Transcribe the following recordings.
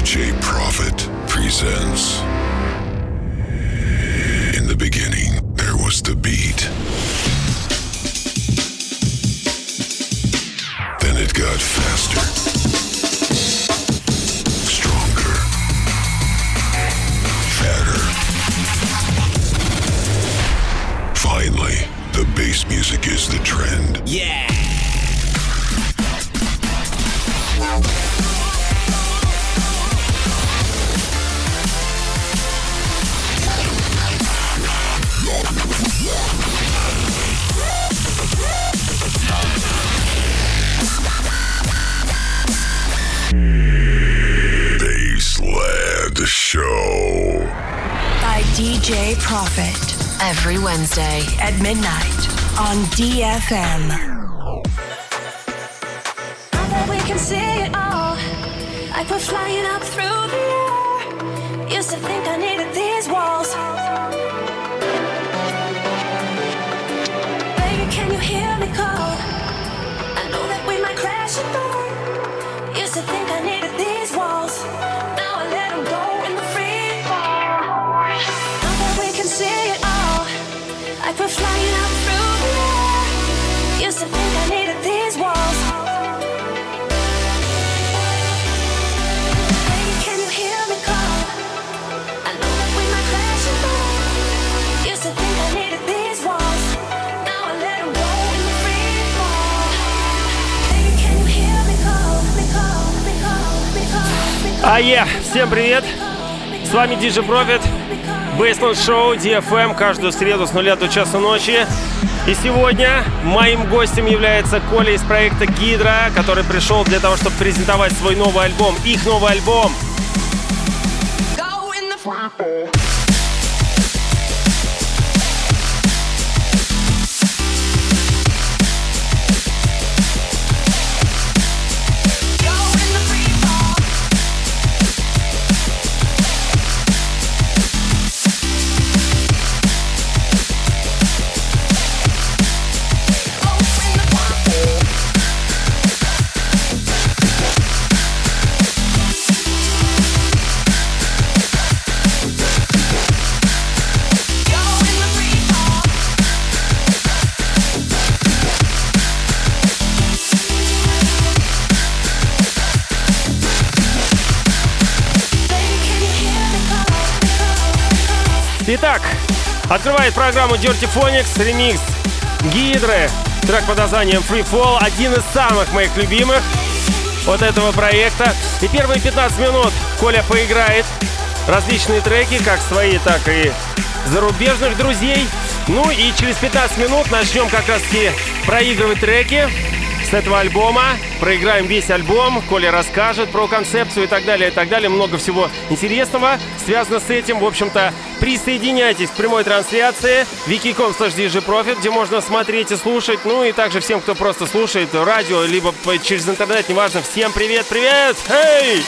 DJ Prophet presents. In the beginning, there was the beat. Then it got faster, stronger, fatter. Finally, the bass music is the trend. Yeah! Bassland Show by DJ Prophet every Wednesday at midnight on DFM. Now that we can see it all, like we're flying up through the air. Used to think I needed these walls. Baby, can you hear me call? I know that we might crash and burn. Used to think I needed these walls. Now I let them go in the free fall. Now that we can see it all, like we're flying up through the air. Used to think I needed these walls. Baby, can you hear me call? I know that we might crash and burn. Used to think I needed these walls. Now I let them go in the free fall. Baby, can you hear me call? Всем привет! С вами DJ Prophet, Bassland Show, DFM, каждую среду с 0 до часа ночи. И сегодня моим гостем является Коля из проекта Гидра, который пришел для того, чтобы презентовать свой новый альбом, их новый альбом. Итак, открывает программу Dirty Phonics, ремикс Гидры, трек под названием Free Fall, один из самых моих любимых от этого проекта. И первые 15 минут Коля поиграет различные треки, как свои, так и зарубежных друзей. Ну и через 15 минут начнем как раз-таки проигрывать треки с этого альбома. Проиграем весь альбом, Коля расскажет про концепцию и так далее, и так далее. Много всего интересного связано с этим. В общем-то, присоединяйтесь к прямой трансляции wiki.com/djprophet, где можно смотреть и слушать. Ну и также всем, кто просто слушает радио, либо через интернет, неважно. Всем привет, привет! Эй!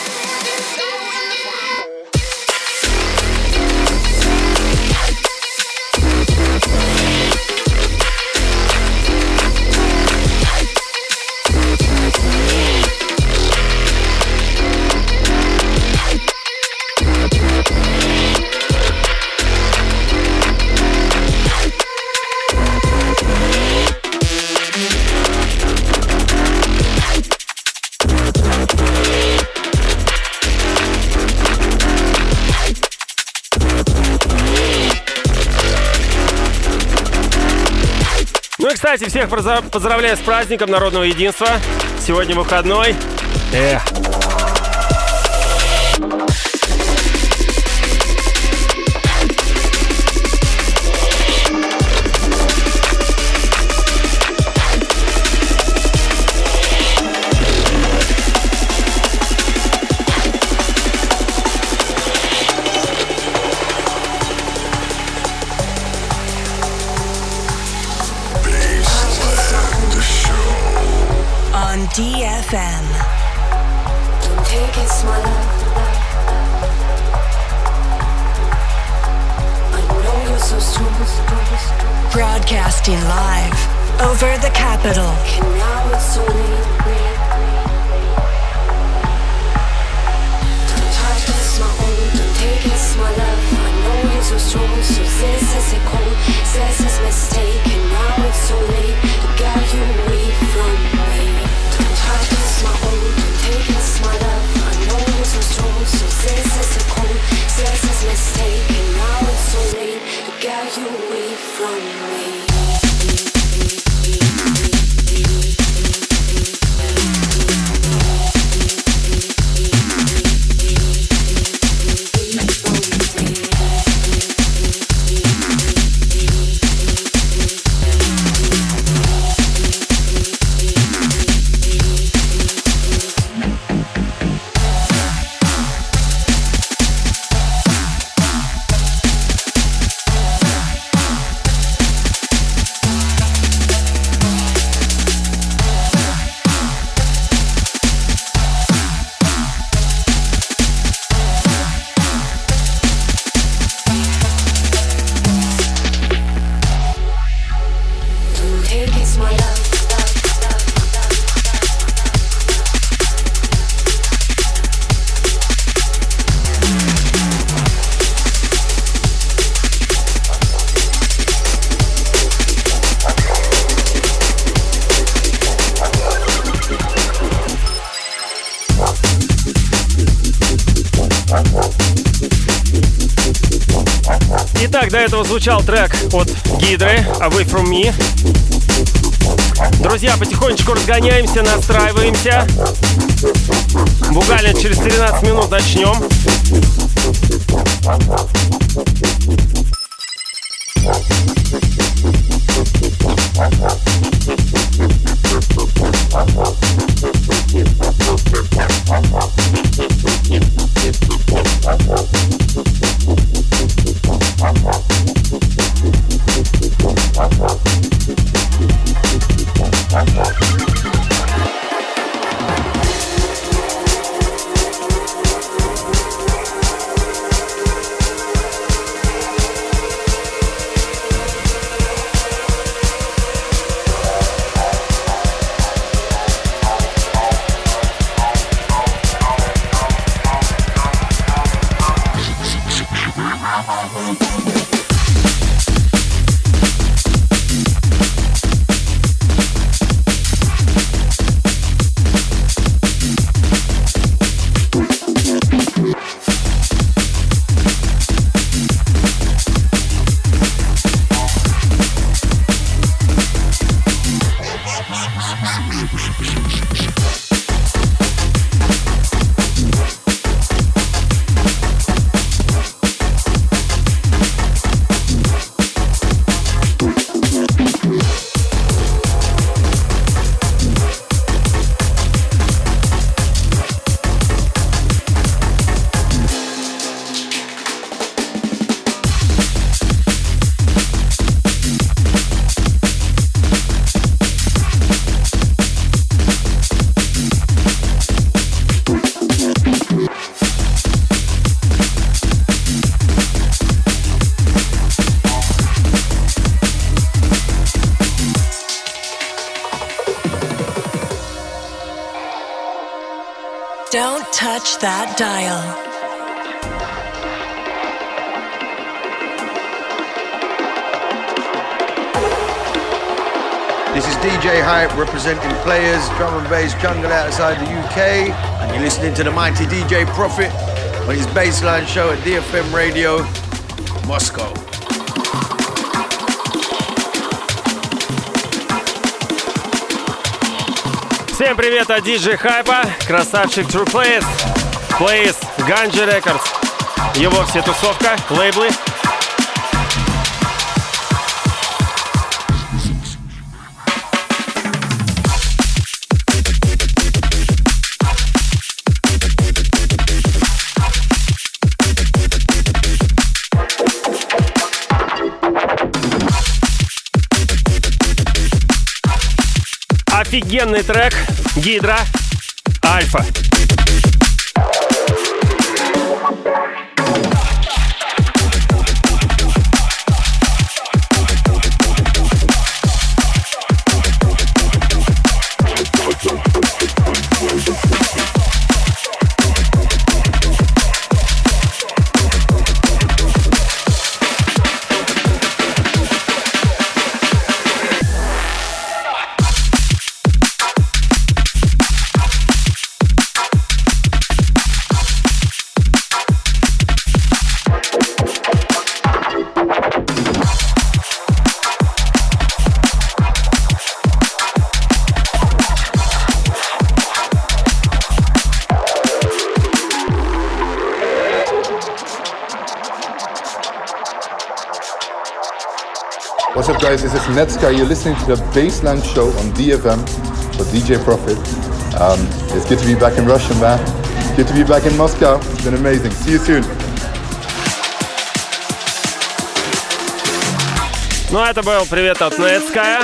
Ну и, кстати, всех поздравляю с праздником народного единства. Сегодня выходной. DFM. Don't take it slow. I know you're so strong. Broadcasting live over the capital. And now it's so late. Итак, до этого звучал трек от Гидры «Away From Me». Друзья, потихонечку разгоняемся, настраиваемся. Буквально через 13 минут начнем. Don't touch that dial. This is DJ Hype representing Players, drum and bass jungle outside the UK, and you're listening to the mighty DJ Prophet on his Bassline show at DFM Radio, Moscow. Всем привет от DJ Hype, красавчик True Players, Plays, Ganji Records, его все тусовка, лейблы. Офигенный трек Гидра Альфа. What's up, guys? This is Netsky. You're listening to the Baseline Show on DFM for DJ Profit. It's good to be back in Russia, man. Good to be back in Moscow. It's been amazing. See you soon. Ну, это был привет от Нетская.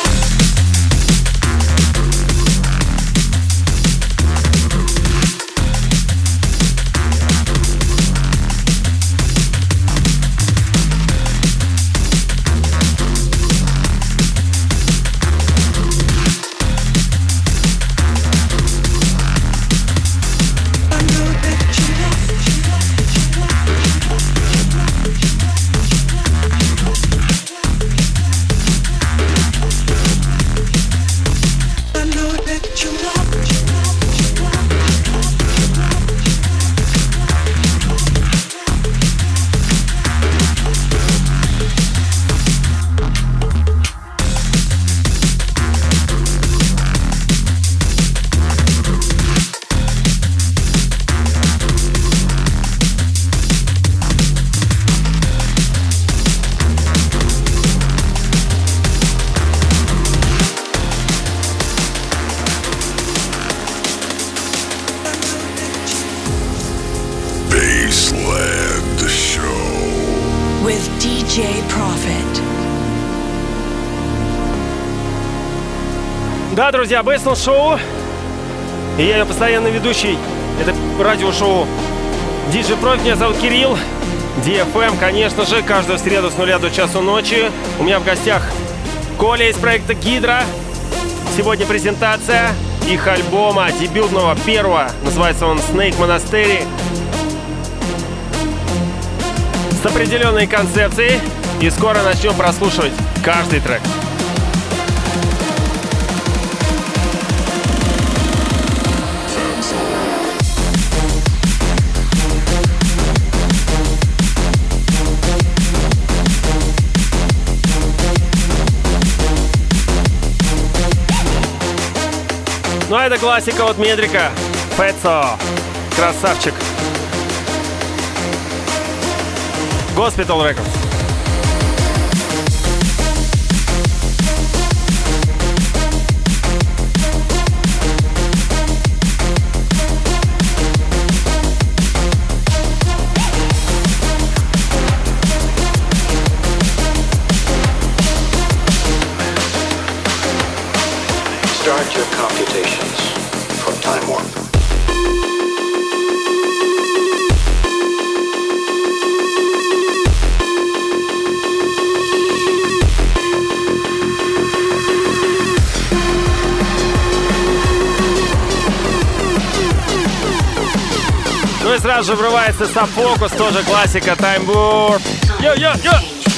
Да, друзья, Baseline Show. И я ее постоянный ведущий. Это радиошоу DJ Profit. Меня зовут Кирилл. DFM, конечно же, каждую среду с 0 до часу ночи. У меня в гостях Коля из проекта Гидра. Сегодня презентация их альбома, дебютного, первого. Называется он Snake Monastery. С определенной концепцией. И скоро начнем прослушивать каждый трек. Ну а это классика от Медрика. Фецо. Красавчик. Hospital Records. Start your computations for Time Warp. Ну и сразу же врывается Сапфокус, тоже классика Time Warp. Йо-йо-йо!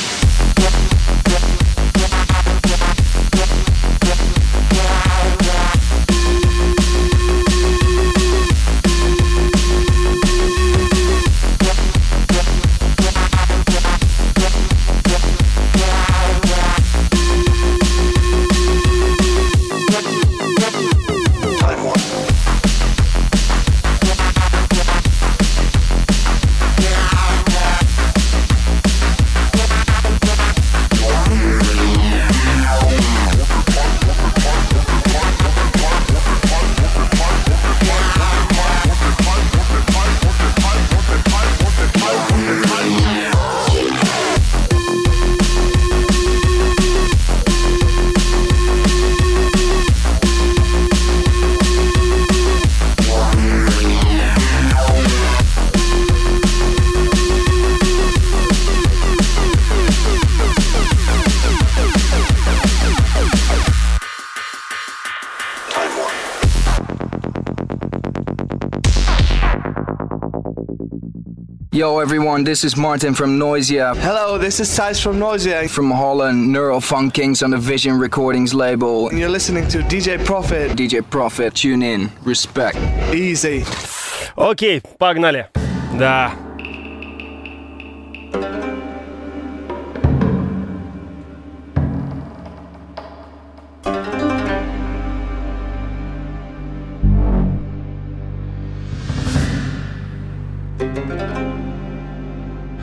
Yo everyone, this is Martin from Noisia. Hello, this is Thijs from Noisia. From Holland, Neural Funk Kings on the Vision Recordings label. And you're listening to DJ Profit. DJ Profit, tune in. Respect. Easy. Окей, погнали. Да.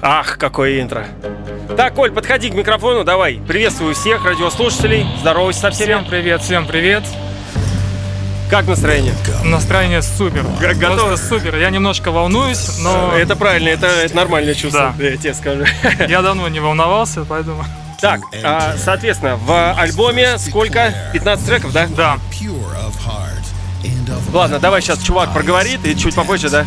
Ах, какое интро. Так, Коль, подходи к микрофону, давай. Приветствую всех радиослушателей. Здоровайся со всеми. Всем привет. Как настроение? Настроение супер. Готово? Просто супер. Я немножко волнуюсь, но... Это правильно, это нормальное чувство, да. Я тебе скажу. Я давно не волновался, поэтому... Так, соответственно, в альбоме сколько? 15 треков, да? Да. Ладно, давай сейчас чувак проговорит и чуть попозже, да?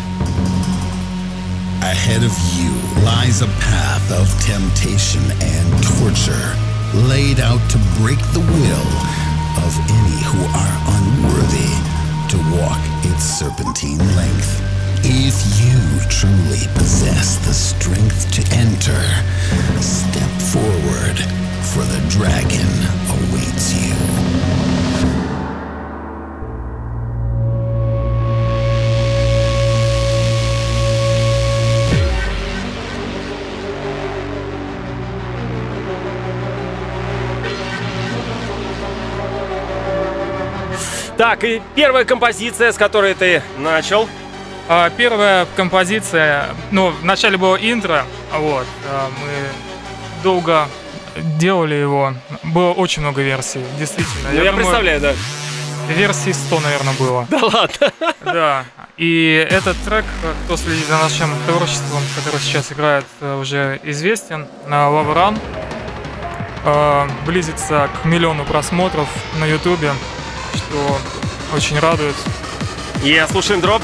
Ahead of you lies a path of temptation and torture, laid out to break the will of any who are unworthy to walk its serpentine length. If you truly possess the strength to enter, step forward, for the dragon awaits you. Так, и первая композиция, с которой ты начал. Первая композиция, вначале было интро, вот, мы долго делали его, было очень много версий, действительно. Я думаю, представляю, да. Версий 100, наверное, было. Да ладно? Да, и этот трек, кто следит за нашим творчеством, который сейчас играет, уже известен, Lava Run, близится к 1 миллиону просмотров на ютубе, что очень радует. Слушаем дроп.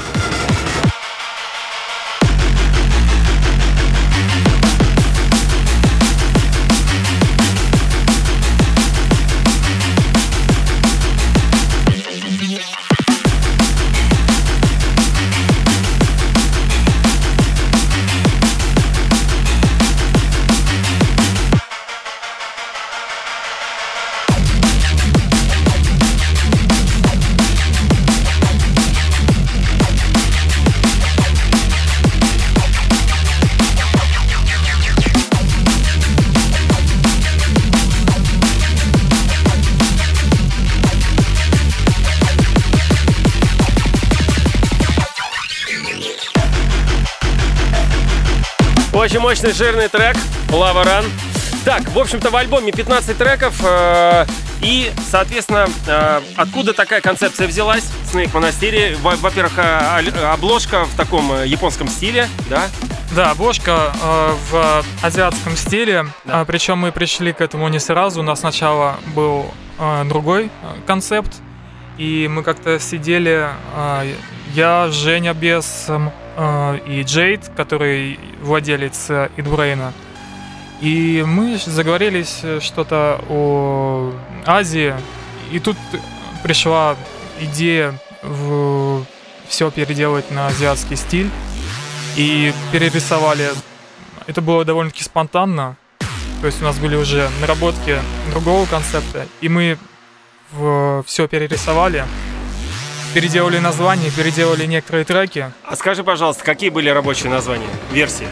Очень мощный, жирный трек Lava Run. Так, в общем-то, в альбоме 15 треков. И, соответственно, откуда такая концепция взялась? Snake Monastery. Во-первых, обложка в таком японском стиле, да? Да, обложка в азиатском стиле. Да. Причем мы пришли к этому не сразу. У нас сначала был другой концепт. И мы как-то сидели, я, Женя Бес и Джейд, который владелец Идбрейна. И мы заговорились что-то о Азии. И тут пришла идея все переделать на азиатский стиль. И перерисовали. Это было довольно-таки спонтанно. То есть у нас были уже наработки другого концепта. И мы все перерисовали. Переделали названия, переделали некоторые треки. А скажи, пожалуйста, какие были рабочие названия, версии?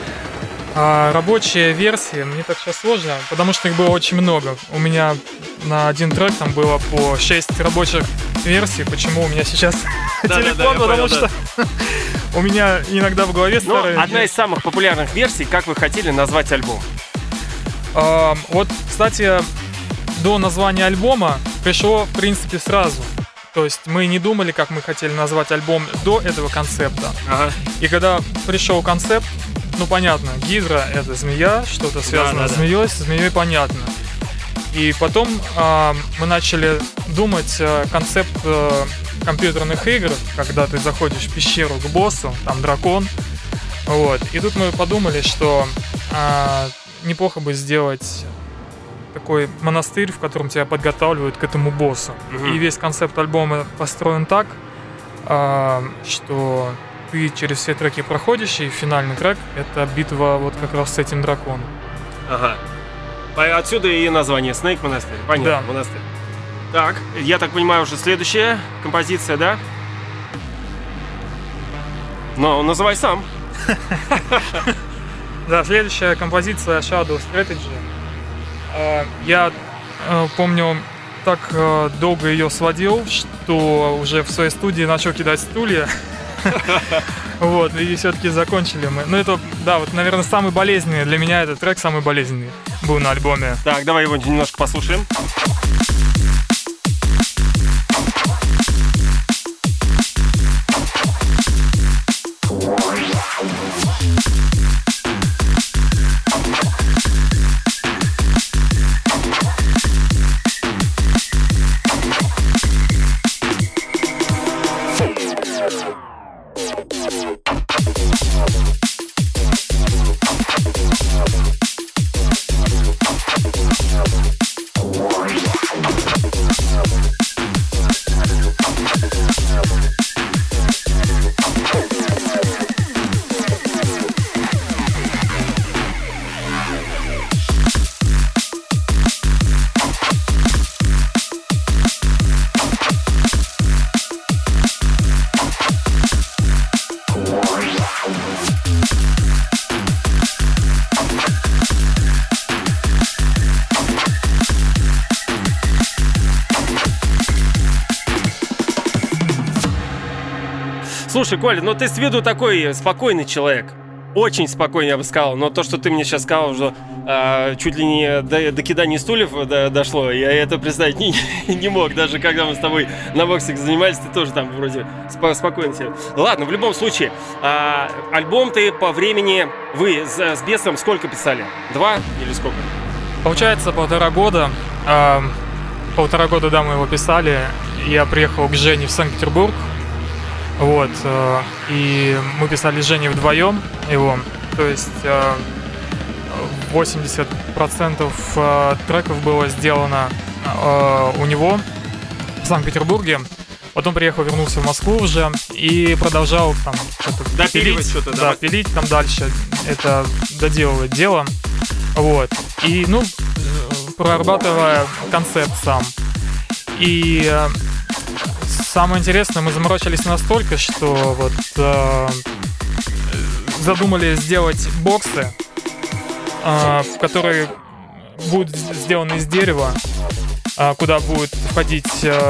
Рабочие версии, мне так сейчас сложно, потому что их было очень много. У меня на один трек там было по 6 рабочих версий. Почему у меня сейчас телефон, потому что у меня иногда в голове старые... Одна из самых популярных версий, как вы хотели назвать альбом? Вот, кстати, до названия альбома пришло, в принципе, сразу. То есть мы не думали, как мы хотели назвать альбом до этого концепта. Ага. И когда пришел концепт, понятно, Гидра — это змея, что-то связано с змеей понятно. И потом мы начали думать концепт компьютерных игр, когда ты заходишь в пещеру к боссу, там дракон. Вот. И тут мы подумали, что неплохо бы сделать такой монастырь, в котором тебя подготавливают к этому боссу. И весь концепт альбома построен так, что ты через все треки проходишь, и финальный трек — это битва вот как раз с этим драконом. Ага. Отсюда и название Snake Monastery. Понятно, да. монастырь. Так, я так понимаю, уже следующая композиция, да? Ну, называй сам. Да, следующая композиция Shadow Strategy. Я помню, так долго ее сводил, что уже в своей студии начал кидать стулья. Вот, и все-таки закончили мы. Ну, это, да, вот, наверное, самый болезненный. Для меня этот трек самый болезненный был на альбоме. Так, давай его немножко послушаем. Слушай, Коля, ну ты с виду такой спокойный человек. Очень спокойный, я бы сказал. Но то, что ты мне сейчас сказал, что чуть ли не до кидания стульев дошло, я это представить не мог. Даже когда мы с тобой на боксах занимались, ты тоже там вроде спокойно себе. Ладно, в любом случае, альбом ты по времени... Вы с Бесом сколько писали? 2 или сколько? Получается, 1,5 года. 1,5 года, да, мы его писали. Я приехал к Жене в Санкт-Петербург. Вот, и мы писали с Женей вдвоем его, то есть 80% треков было сделано у него в Санкт-Петербурге. Потом приехал, вернулся в Москву уже и продолжал там что-то пилить, пилить там дальше, это доделывать дело, вот. И, ну, прорабатывая концепт сам. И самое интересное, мы заморочились настолько, что вот задумали сделать боксы, которые будут сделаны из дерева, куда будет входить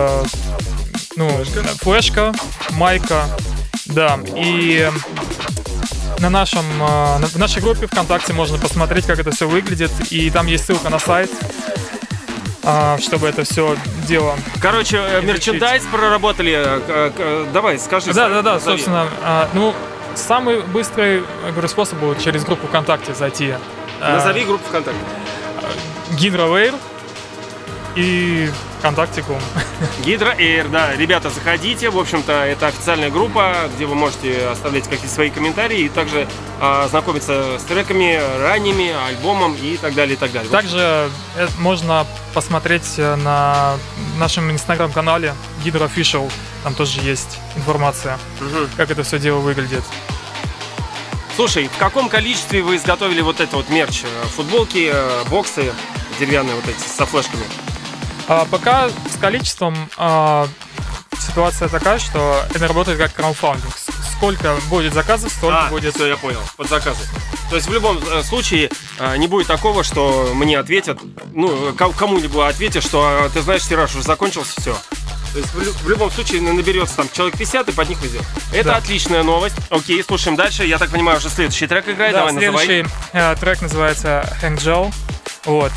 флешка, майка, да, и в нашей группе ВКонтакте можно посмотреть, как это все выглядит, и там есть ссылка на сайт, чтобы это все дело... Короче, мерчендайз проработали. Давай, скажи. Да, собственно. Самый быстрый, говорю, способ был через группу ВКонтакте зайти. Назови группу ВКонтакте. Гидро-Эйр и ВКонтакте.ком. Гидро-Эйр, да. Ребята, заходите. В общем-то, это официальная группа, где вы можете оставлять какие-то свои комментарии и также знакомиться с треками, ранними, альбомом и так далее, и так далее. Также можно посмотреть на нашем инстаграм-канале Gidro Official. Там тоже есть информация, как это все дело выглядит. Слушай, в каком количестве вы изготовили вот это вот мерч? Футболки, боксы деревянные вот эти со флешками? Пока с количеством ситуация такая, что это работает как краудфандинг. Сколько будет заказов, столько будет... Все, я понял, под заказы. То есть в любом случае не будет такого, что мне ответят, кому-либо ответят, что ты знаешь, тираж уже закончился, все. То есть в любом случае наберется там человек 50 и под них везет. Это отличная новость. Окей, слушаем дальше. Я так понимаю, уже следующий трек играет. Да, давай, следующий трек называется Hank Gel. Вот.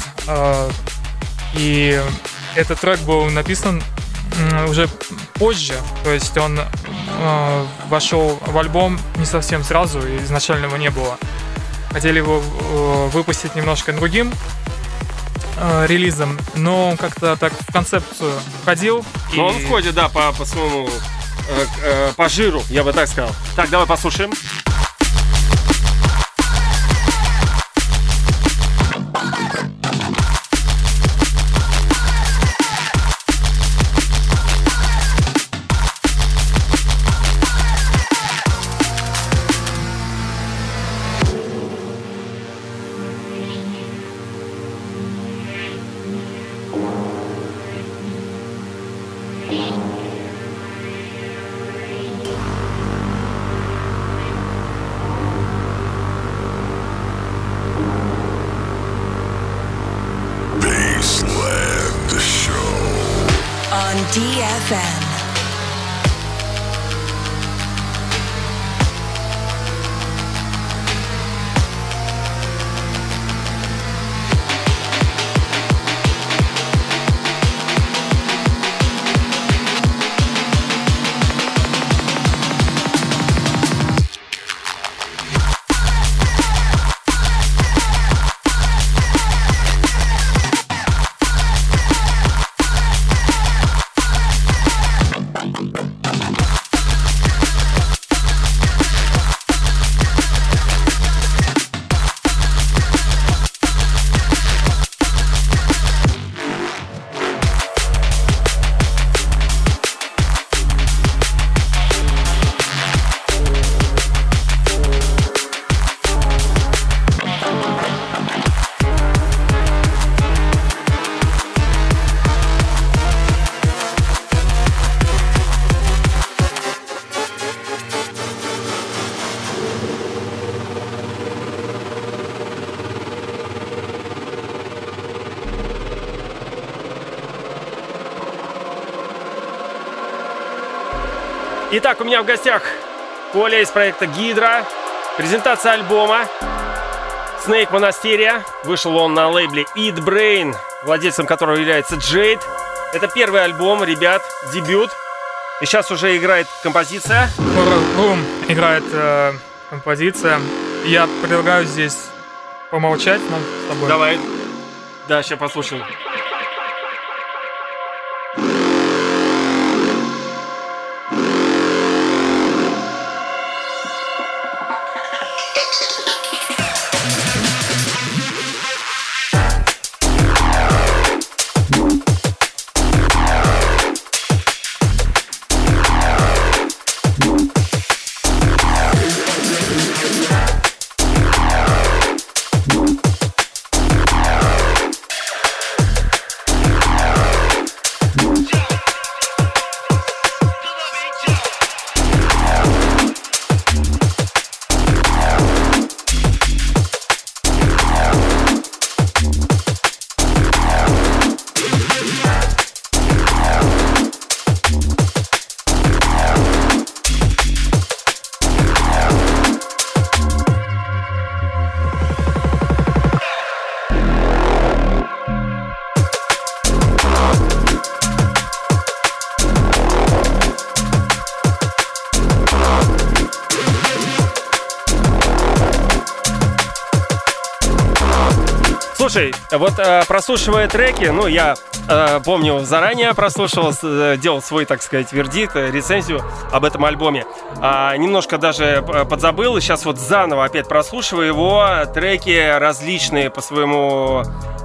И этот трек был написан уже позже. То есть он вошел в альбом не совсем сразу, и изначально его не было. Хотели его выпустить немножко другим релизом, но он как-то так в концепцию входил. Но он входит, да, по своему по жиру, я бы так сказал. Так, давай послушаем. DFM. Итак, у меня в гостях Коля из проекта Гидра. Презентация альбома Snake Monasteria. Вышел он на лейбле Eat Brain, владельцем которого является Джейд. Это первый альбом, ребят, дебют. И сейчас уже играет композиция. Играет композиция. Я предлагаю здесь помолчать нам с тобой. Давай. Да, сейчас послушаем. Слушай, вот прослушивая треки, ну, я помню, заранее прослушивал, делал свой, так сказать, вердикт, рецензию об этом альбоме. Немножко даже подзабыл, и сейчас вот заново опять прослушиваю его. Треки различные по своему,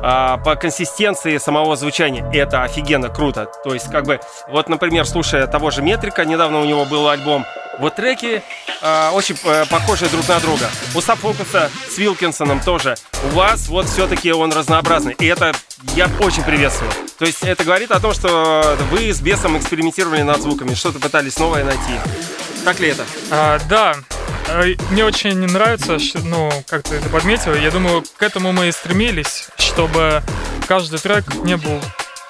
по консистенции самого звучания. И это офигенно круто. То есть, как бы, вот, например, слушая того же Метрика, недавно у него был альбом, вот треки очень похожи друг на друга. У Subfocus с Вилкинсоном тоже. У вас вот все-таки он разнообразный. И это я очень приветствую. То есть это говорит о том, что вы с Бесом экспериментировали над звуками, что-то пытались новое найти. Так ли это? Да. Мне очень нравится, ну, как ты это подметил. Я думаю, к этому мы и стремились, чтобы каждый трек не был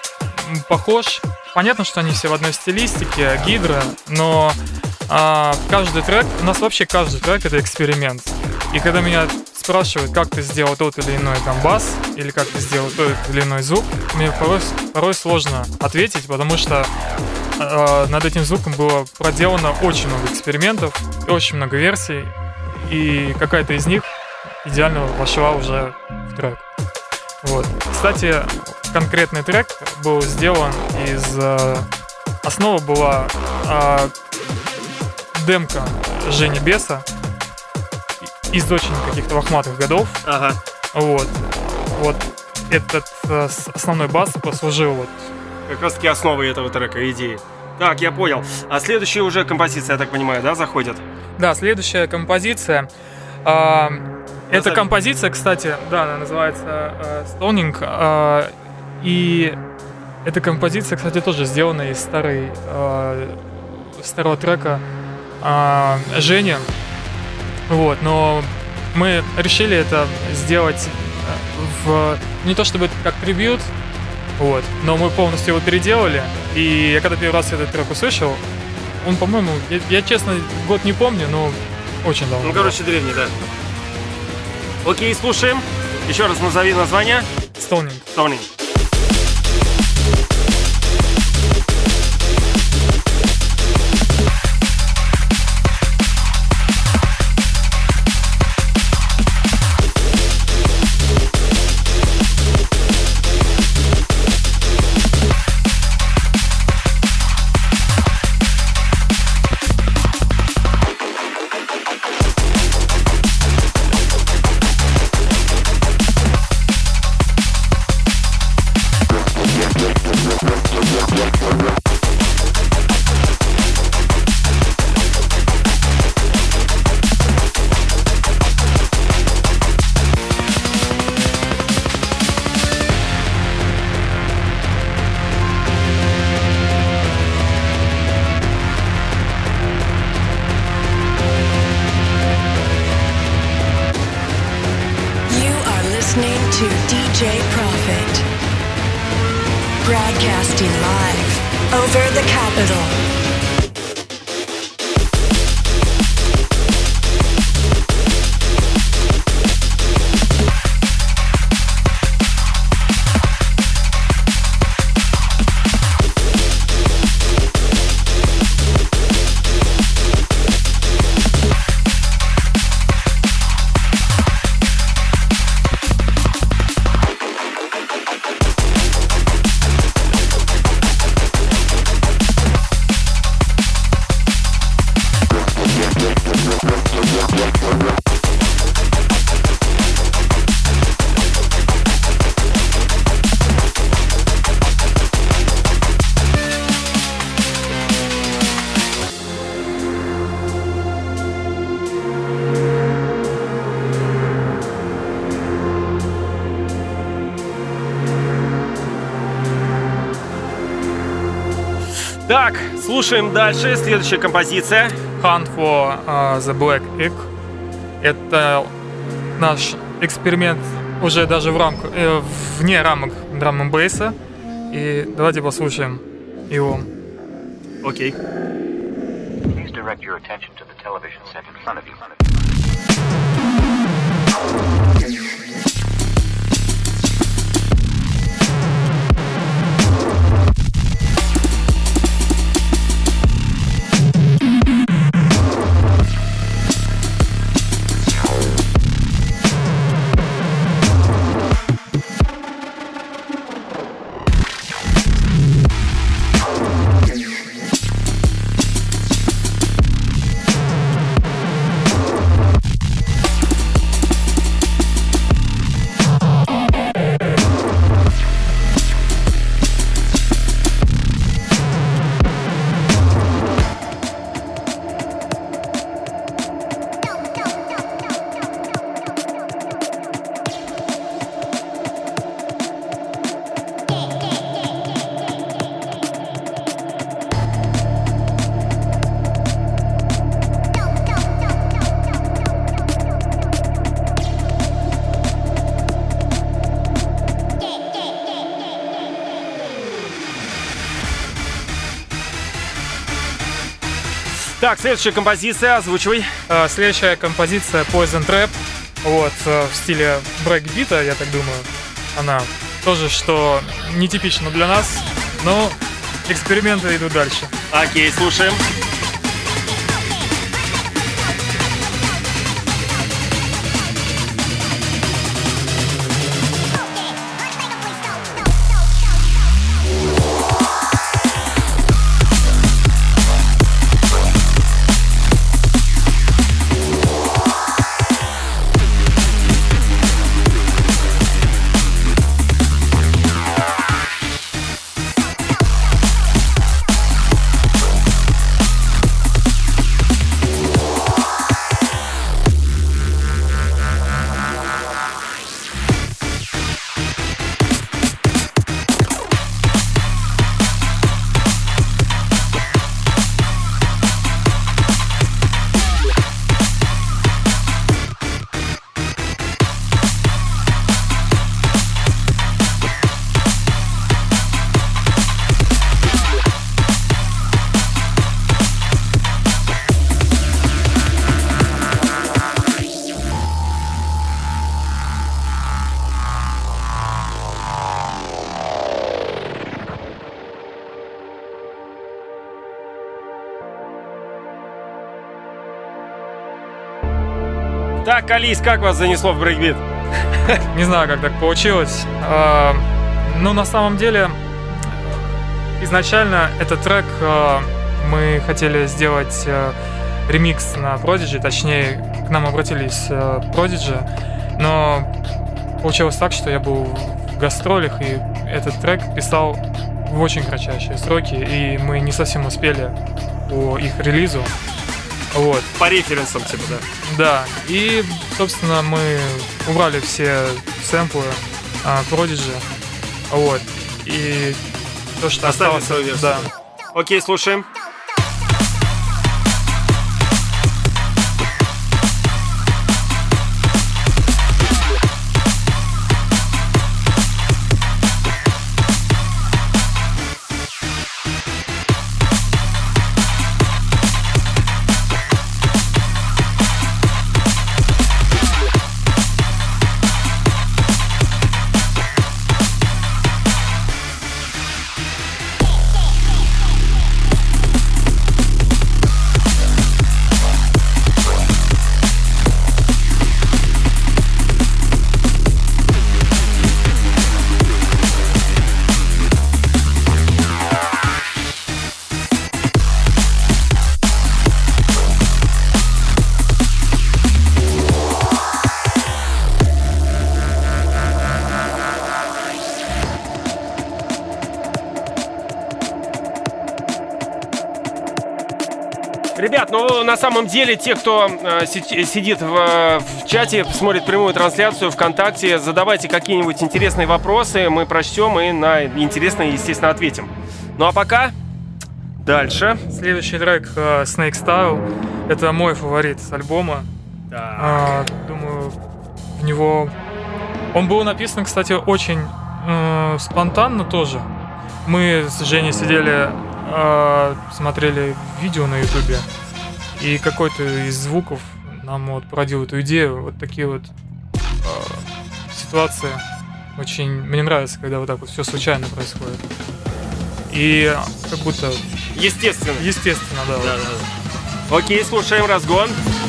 похож. Понятно, что они все в одной стилистике, Гидра, но каждый трек, у нас вообще каждый трек — это эксперимент. И когда меня спрашивают, как ты сделал тот или иной там бас, или как ты сделал тот или иной звук, мне порой сложно ответить, потому что над этим звуком было проделано очень много экспериментов, очень много версий, и какая-то из них идеально вошла уже в трек. Вот. Кстати, конкретный трек был сделан из... Основа была демка Жени Беса из очень каких-то лохматых годов. Ага. Вот этот основной бас послужил вот как раз таки основой этого трека, идеи. Так, я понял. А следующая уже композиция, я так понимаю, да, заходит? Да, следующая композиция. Эта композиция, кстати, да, она называется Stoning. И эта композиция, кстати, тоже сделана из старого трека Жени. Вот, но мы решили это сделать не то чтобы как трибьют, вот, но мы полностью его переделали. И я когда первый раз этот трек услышал, он, по-моему, я честно год не помню, но очень давно. Ну, короче, древний, да. Окей, слушаем. Еще раз назови название. Stoning. listening to DJ Prophet, broadcasting live over the capital. Так, слушаем дальше. Следующая композиция. Hunt for the Black Egg. Это наш эксперимент уже даже вне рамок драм-н-бейса. И давайте послушаем его. Окей. Please direct your attention to the television set in front of you. Так, следующая композиция, озвучивай. Следующая композиция Poison Trap. Вот, в стиле брейкбита, я так думаю. Она тоже, что нетипично для нас, но эксперименты идут дальше. Окей, слушаем. Так, Алис, как вас занесло в брейкбит? Не знаю, как так получилось. Ну, на самом деле, изначально этот трек мы хотели сделать ремикс на Prodigy, точнее, к нам обратились Prodigy, но получилось так, что я был в гастролях, и этот трек писал в очень кратчайшие сроки, и мы не совсем успели по их релизу. Вот. По референсам, типа, да? Да, и, собственно, мы убрали все сэмплы Prodigy, вот, и то, что осталось, свою версию. Да. Окей, слушаем. Ребят, ну на самом деле те, кто сидит в чате, смотрит прямую трансляцию ВКонтакте, задавайте какие-нибудь интересные вопросы, мы прочтем и на интересные, естественно, ответим. Ну а пока Дальше. Следующий трек Snake Style. Это мой фаворит с альбома. Думаю, в него... Он был написан, кстати, очень спонтанно тоже. Мы с Женей сидели, смотрели видео на ютубе, и какой-то из звуков нам вот породил эту идею. Вот такие вот ситуации. Очень мне нравится, когда вот так вот все случайно происходит. И как будто... Естественно. Естественно, да. Да. Окей, слушаем разгон.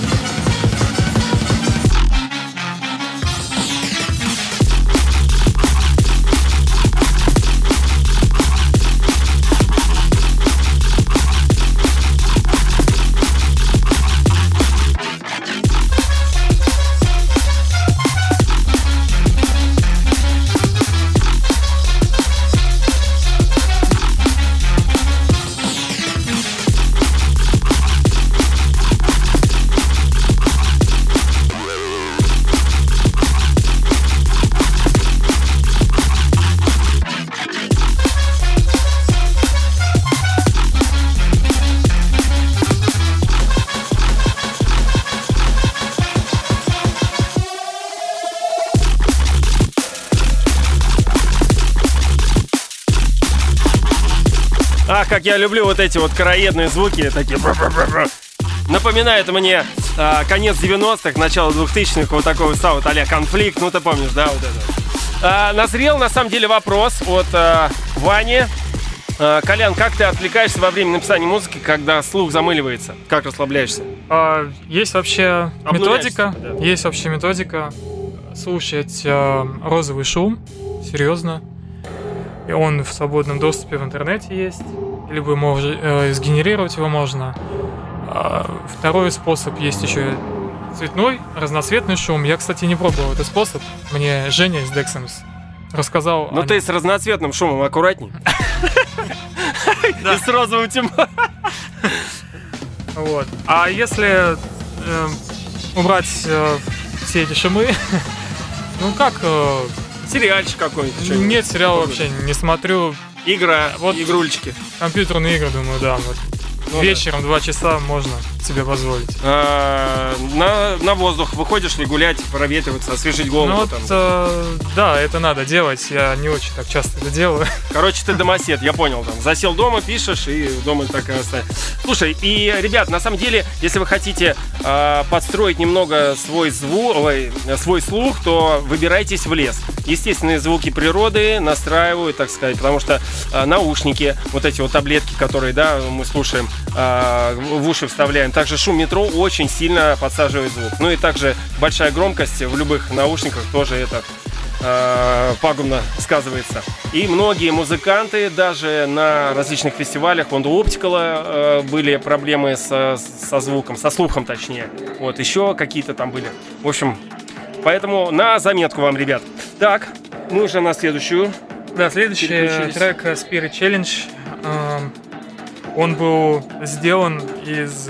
Ах, как я люблю вот эти вот короедные звуки, такие... Напоминает мне конец 90-х, начало 2000-х, вот такой вот саунд а-ля Конфликт, ну ты помнишь, да, вот это. Назрел, на самом деле, вопрос от Вани. Колян, как ты отвлекаешься во время написания музыки, когда слух замыливается? Как расслабляешься? Есть вообще методика, слушать розовый шум, серьезно. И он в свободном доступе в интернете есть, либо сгенерировать его можно. Второй способ есть еще цветной, разноцветный шум. Я, кстати, не пробовал этот способ. Мне Женя из Dexams рассказал. Ну ты с разноцветным шумом аккуратней. И с розовым тем. Вот. А если убрать все эти шумы, ну как... Сериальчик какой-нибудь? Нет, сериал вообще не смотрю. Игрульчики. Компьютерные игры, думаю, да. Вот. Ну, вечером 2 часа можно себе позволить. На воздух выходишь ли гулять, проветриваться, освежить голову? Ну, да, это надо делать. Я не очень так часто это делаю. Короче, ты домосед, я понял. Там засел дома, пишешь, и дома так и оставишь. Слушай, и, ребят, на самом деле, если вы хотите подстроить немного свой слух, то выбирайтесь в лес. Естественные звуки природы настраивают, так сказать, потому что наушники, вот эти вот таблетки, которые, да, мы слушаем, в уши вставляем. Также шум метро очень сильно подсаживает звук. Ну и также большая громкость в любых наушниках тоже это пагубно сказывается. И многие музыканты даже на различных фестивалях, вон у Optical были проблемы со звуком, со слухом точнее. Вот, еще какие-то там были. В общем, поэтому на заметку вам, ребят. Так, мы уже на следующую. Да, следующий трек Spirit Challenge. Он был сделан из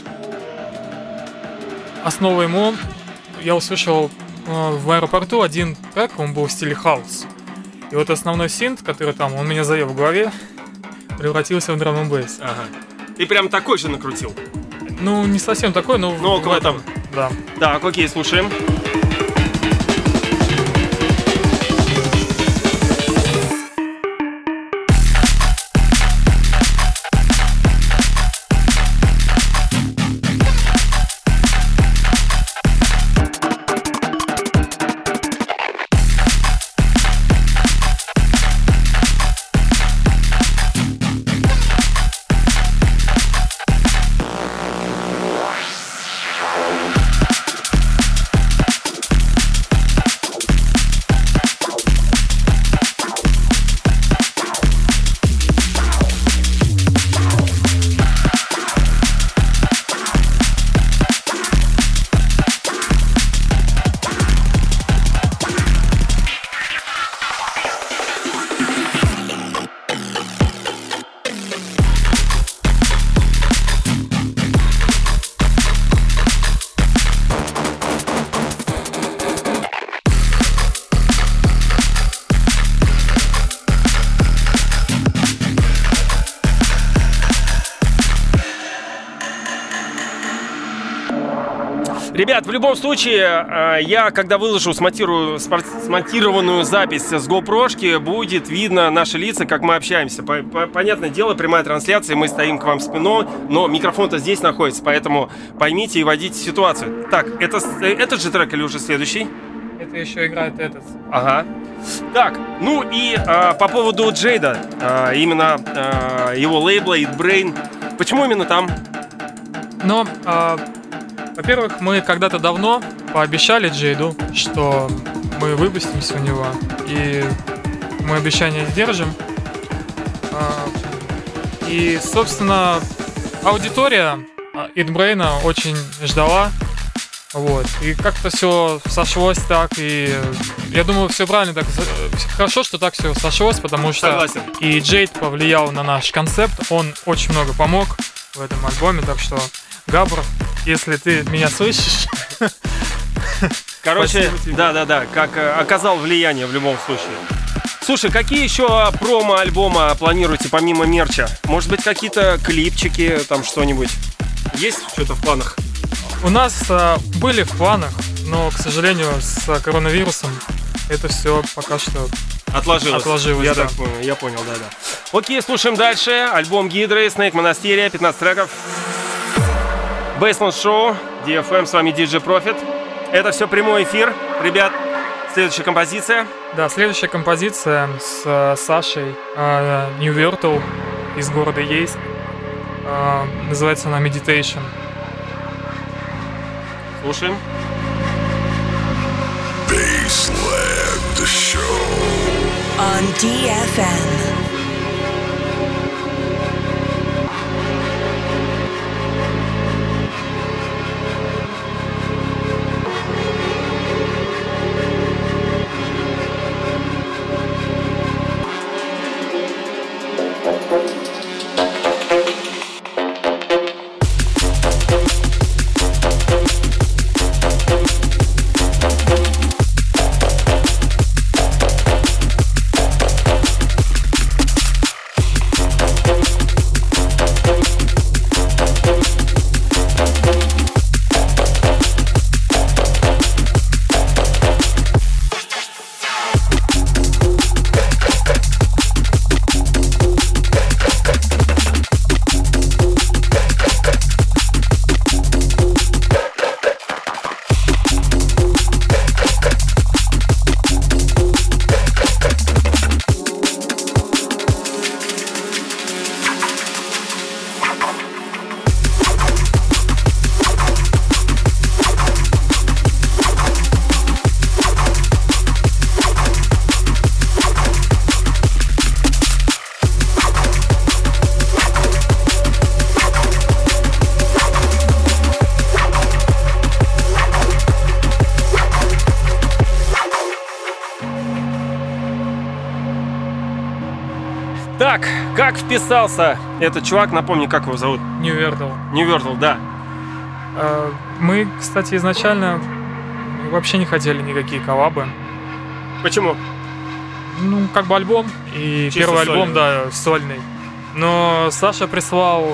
основы ему. Я услышал в аэропорту один трек, он был в стиле хаус. И вот основной синт, который там, он меня заел в голове, превратился в драм-н-бейс. Ага. Ты прям такой же накрутил? Ну, не совсем такой, но около этом. Да. Так, окей, слушаем. Ребят, в любом случае, я когда выложу смонтированную запись с GoPro-шки, будет видно наши лица, как мы общаемся. Понятное дело, прямая трансляция, мы стоим к вам спиной, но микрофон-то здесь находится, поэтому поймите и водите ситуацию. Так, этот же трек или уже следующий? Это еще играет этот. Ага. Так, ну и по поводу Джейда, именно его лейбла Eat Brain, почему именно там? Но, во-первых, мы когда-то давно пообещали Джейду, что мы выпустимся у него, и мы обещание держим. И, собственно, аудитория Eat Brain очень ждала. Вот. И как-то все сошлось так, и я думаю, все правильно так. Хорошо, что так все сошлось, потому что Согласен. И Джейд повлиял на наш концепт, он очень много помог в этом альбоме, так что, Габр, если ты меня слышишь. Короче, да, как оказал влияние в любом случае. Слушай, какие еще промо-альбома планируете помимо мерча? Может быть, какие-то клипчики, там что-нибудь? Есть что-то в планах? У нас были в планах, но, к сожалению, с коронавирусом это все пока что отложилось. Я да. так понял, я понял, да. Окей, слушаем дальше. Альбом Гидры, Snake Monastery, 15 треков. Baseline Show, DFM, с вами DJ Profit. Это все прямой эфир, ребят. Следующая композиция. Да, следующая композиция с Сашей, New Virtual из города Ейск. Называется она Meditation. Слушаем. Baseland Show on DFM. Так, как вписался этот чувак? Напомни, как его зовут? New Virtual. New Virtual, да. Мы, кстати, изначально вообще не хотели никакие коллабы. Почему? Ну, как бы альбом. И чисто первый сольный. альбом, да, сольный. Но Саша прислал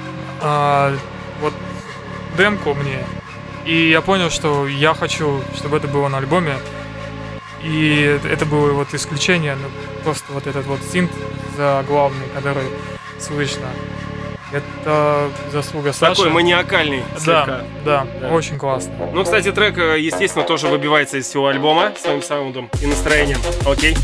вот демку мне. И я понял, что я хочу, чтобы это было на альбоме. И это было вот исключение, ну, просто вот этот вот синт заглавный, который слышно. Это заслуга Саши. Такой маниакальный слегка. Да, очень классно. Ну, кстати, трек, естественно, тоже выбивается из всего альбома своим саундом и настроением. Окей.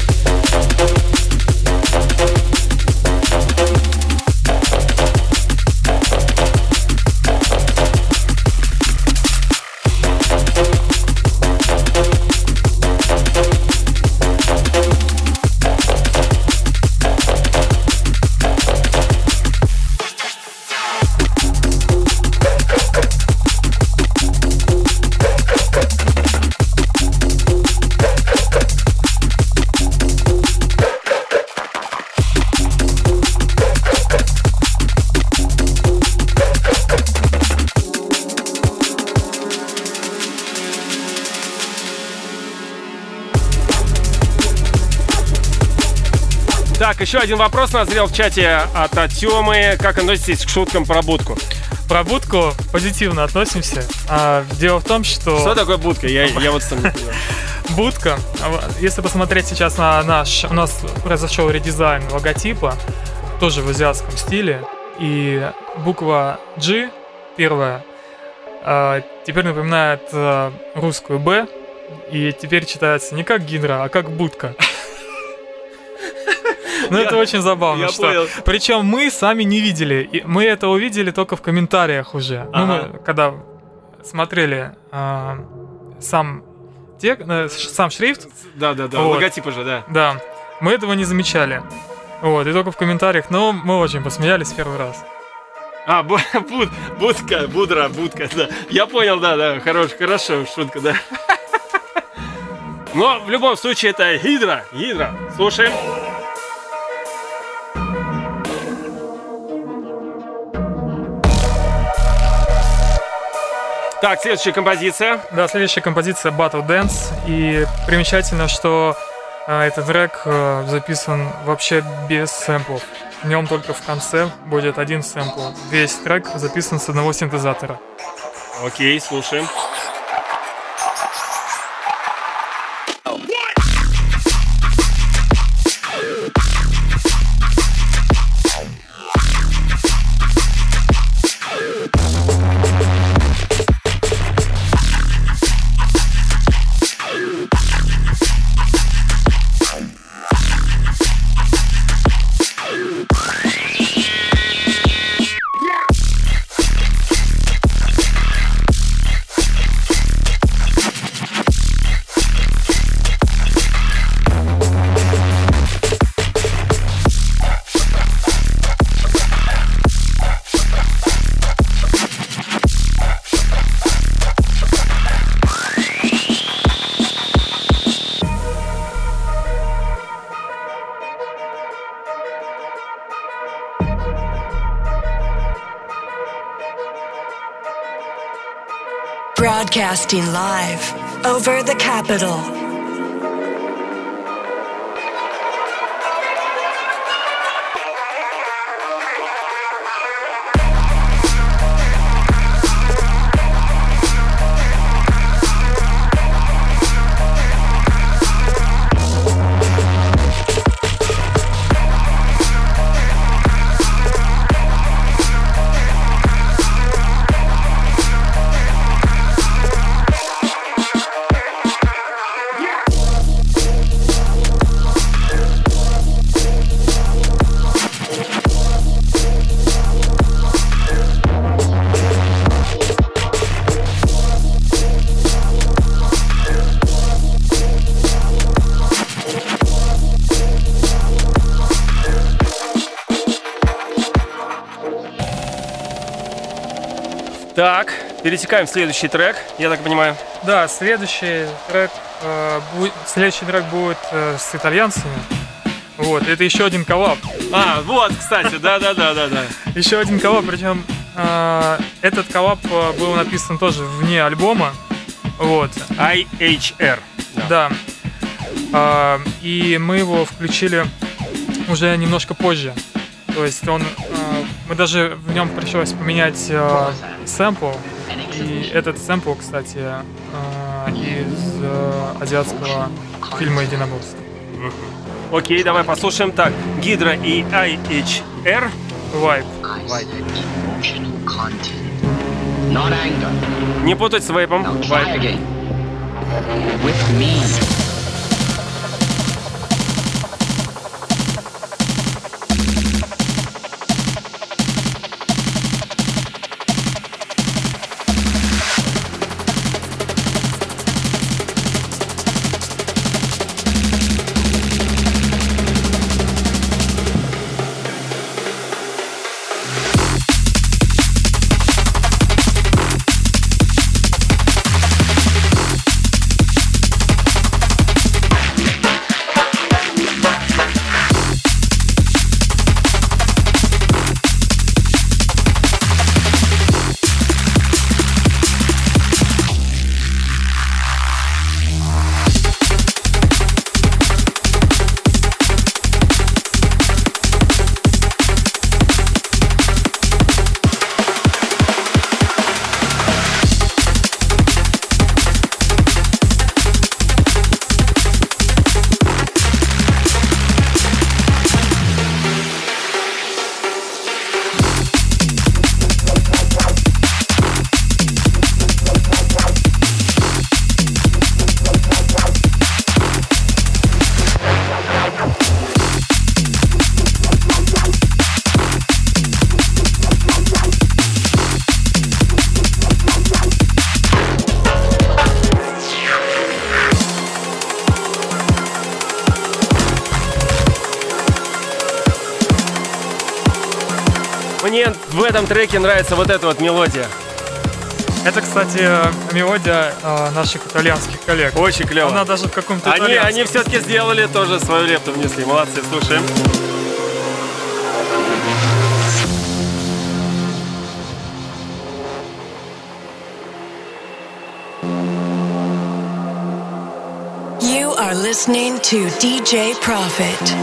Так, еще один вопрос назрел в чате от Тёмы. Как относитесь к шуткам про будку? Про будку позитивно относимся. Дело в том, что... Что такое будка? Я вот сам не понимаю. Будка. Если посмотреть сейчас на у нас произошел редизайн логотипа, тоже в азиатском стиле. И буква G, первая, теперь напоминает русскую Б. И теперь читается не как гидра, а как будка. Ну, это очень забавно. Причем мы сами не видели. Мы это увидели только в комментариях уже. Ну, мы когда смотрели сам шрифт. Да, логотип уже, да. Да, мы этого не замечали. Вот, и только в комментариях, но мы очень посмеялись первый раз. Будка, да. Я понял, да, хорошо, шутка, да. Но в любом случае это гидра. Слушаем. Так, следующая композиция. Да, следующая композиция Battle Dance. И примечательно, что этот трек записан вообще без сэмплов. В нем только в конце будет один сэмпл. Весь трек записан с одного синтезатора. Окей, слушаем. Broadcasting live over the capital. Так, перетекаем в следующий трек, я так понимаю. Да, следующий трек будет с итальянцами. Вот, это еще один коллаб. Вот, кстати, да. Еще один коллаб, причем этот коллаб был написан тоже вне альбома. Вот. IHR. Да. И мы его включили уже немножко позже. То есть мы даже в нем пришлось поменять сэмпл. И этот сэмпл, кстати, из азиатского фильма «Единоборство». Окей, давай послушаем. Так, Гидра и IHR. Vibe. Не путать с вейпом. Vibe. Мне в этом треке нравится вот эта вот мелодия. Это, кстати, мелодия наших итальянских коллег. Очень клево. Она даже в каком-то Они все-таки сделали тоже свою лепту внесли. Молодцы, слушаем. You are listening to DJ Profit.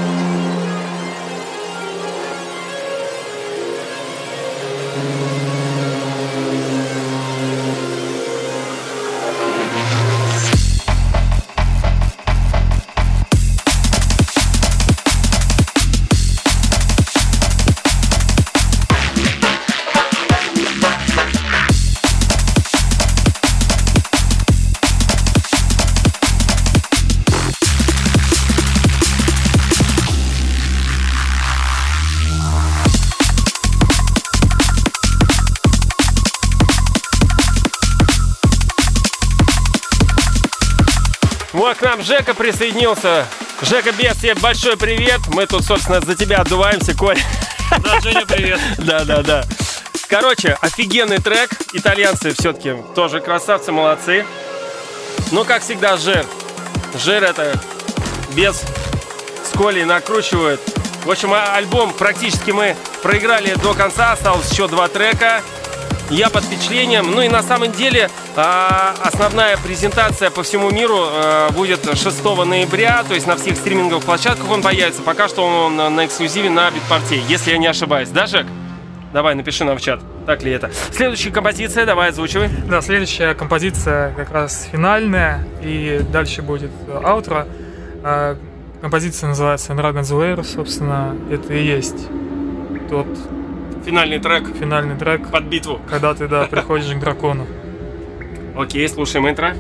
Вот к нам Жека присоединился. Жека Бес, тебе большой привет. Мы тут, собственно, за тебя отдуваемся, Коль. Да, Женя, привет. Да. Короче, офигенный трек. Итальянцы все-таки тоже красавцы, молодцы. Ну, как всегда, Жир. Жир это Бес с Колей накручивают. В общем, альбом практически мы проиграли до конца. Осталось еще 2 трека. Я под впечатлением. Ну и на самом деле основная презентация по всему миру будет 6 ноября. То есть на всех стриминговых площадках он появится. Пока что он на эксклюзиве на Битпорте, если я не ошибаюсь. Да, Жек? Давай, напиши нам в чат. Так ли это? Следующая композиция, давай озвучивай. Да, следующая композиция как раз финальная. И дальше будет аутро. Композиция называется Dragon's Lair. Собственно, это и есть тот... Финальный трек под битву. Когда ты, приходишь к дракону. Окей, слушаем интро.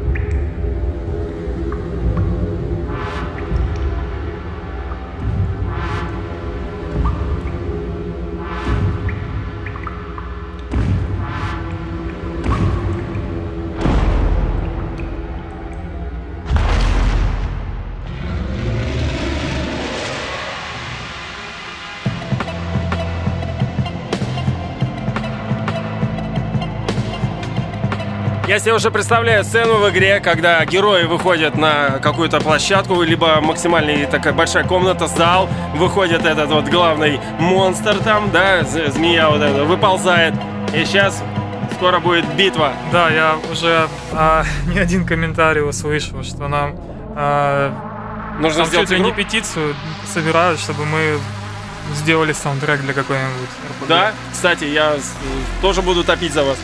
Я себе уже представляю сцену в игре, когда герои выходят на какую-то площадку, либо максимально такая большая комната, зал, выходит этот вот главный монстр там, да, змея вот эта, выползает. И сейчас скоро будет битва. Да, я уже не один комментарий услышал, что нам нужно сделать чуть ли не петицию собирают, чтобы мы сделали саундтрек для какой-нибудь RPG. Да, кстати, я тоже буду топить за вас.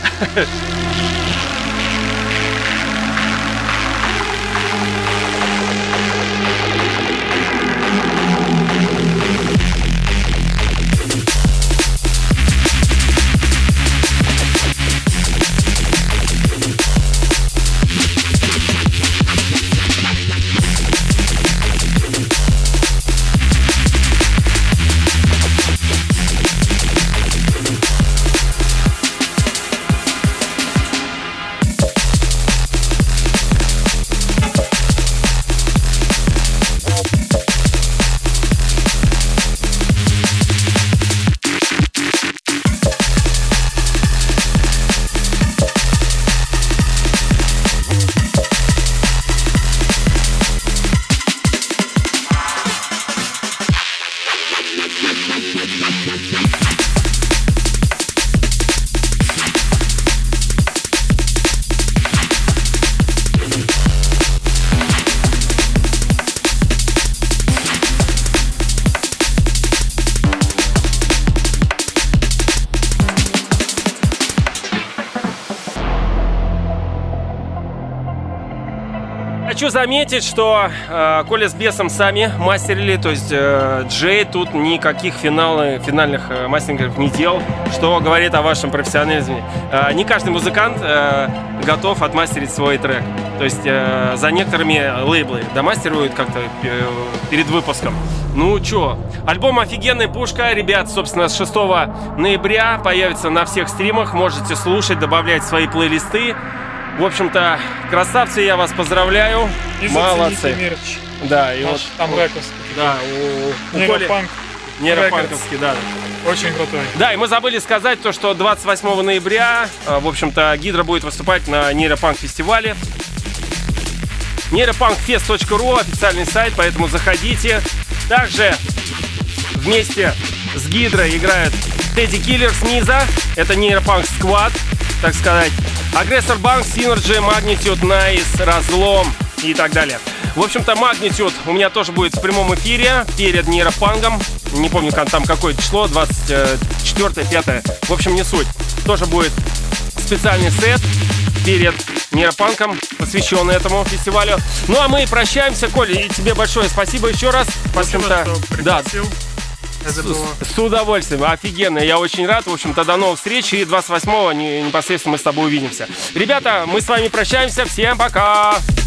Хочу заметить, что Коля с Бесом сами мастерили, то есть Джей тут никаких финальных мастерингов не делал, что говорит о вашем профессионализме. Не каждый музыкант готов отмастерить свой трек. То есть за некоторыми лейблы домастерируют как-то перед выпуском. Ну чё, альбом офигенный, пушка, ребят, собственно, с 6 ноября появится на всех стримах, можете слушать, добавлять в свои плейлисты. В общем-то, красавцы, я вас поздравляю. И молодцы. Мерч. Да, и наш вот там рэковский. Да, у Коли, Нейропанковский, да. Очень крутой. Да, и мы забыли сказать то, что 28 ноября, в общем-то, Гидра будет выступать на Нейропанк-фестивале. Нейропанкфест.ру, официальный сайт, поэтому заходите. Также вместе с Гидрой играют Teddy Killer с низа. Это Нейропанк Сквад, так сказать. Агрессор Банк, Synergy, Magnitude, Nice, Разлом и так далее. В общем-то, Magnitude у меня тоже будет в прямом эфире перед Нейропанком. Не помню, там какое число, 24-5. В общем, не суть. Тоже будет специальный сет перед Нейропанком, посвященный этому фестивалю. Ну, а мы прощаемся, Коль, и тебе большое спасибо еще раз. Спасибо, что пригласил. С удовольствием, офигенно, я очень рад. В общем-то, до новых встреч, и 28-го непосредственно мы с тобой увидимся. Ребята, мы с вами прощаемся, всем пока!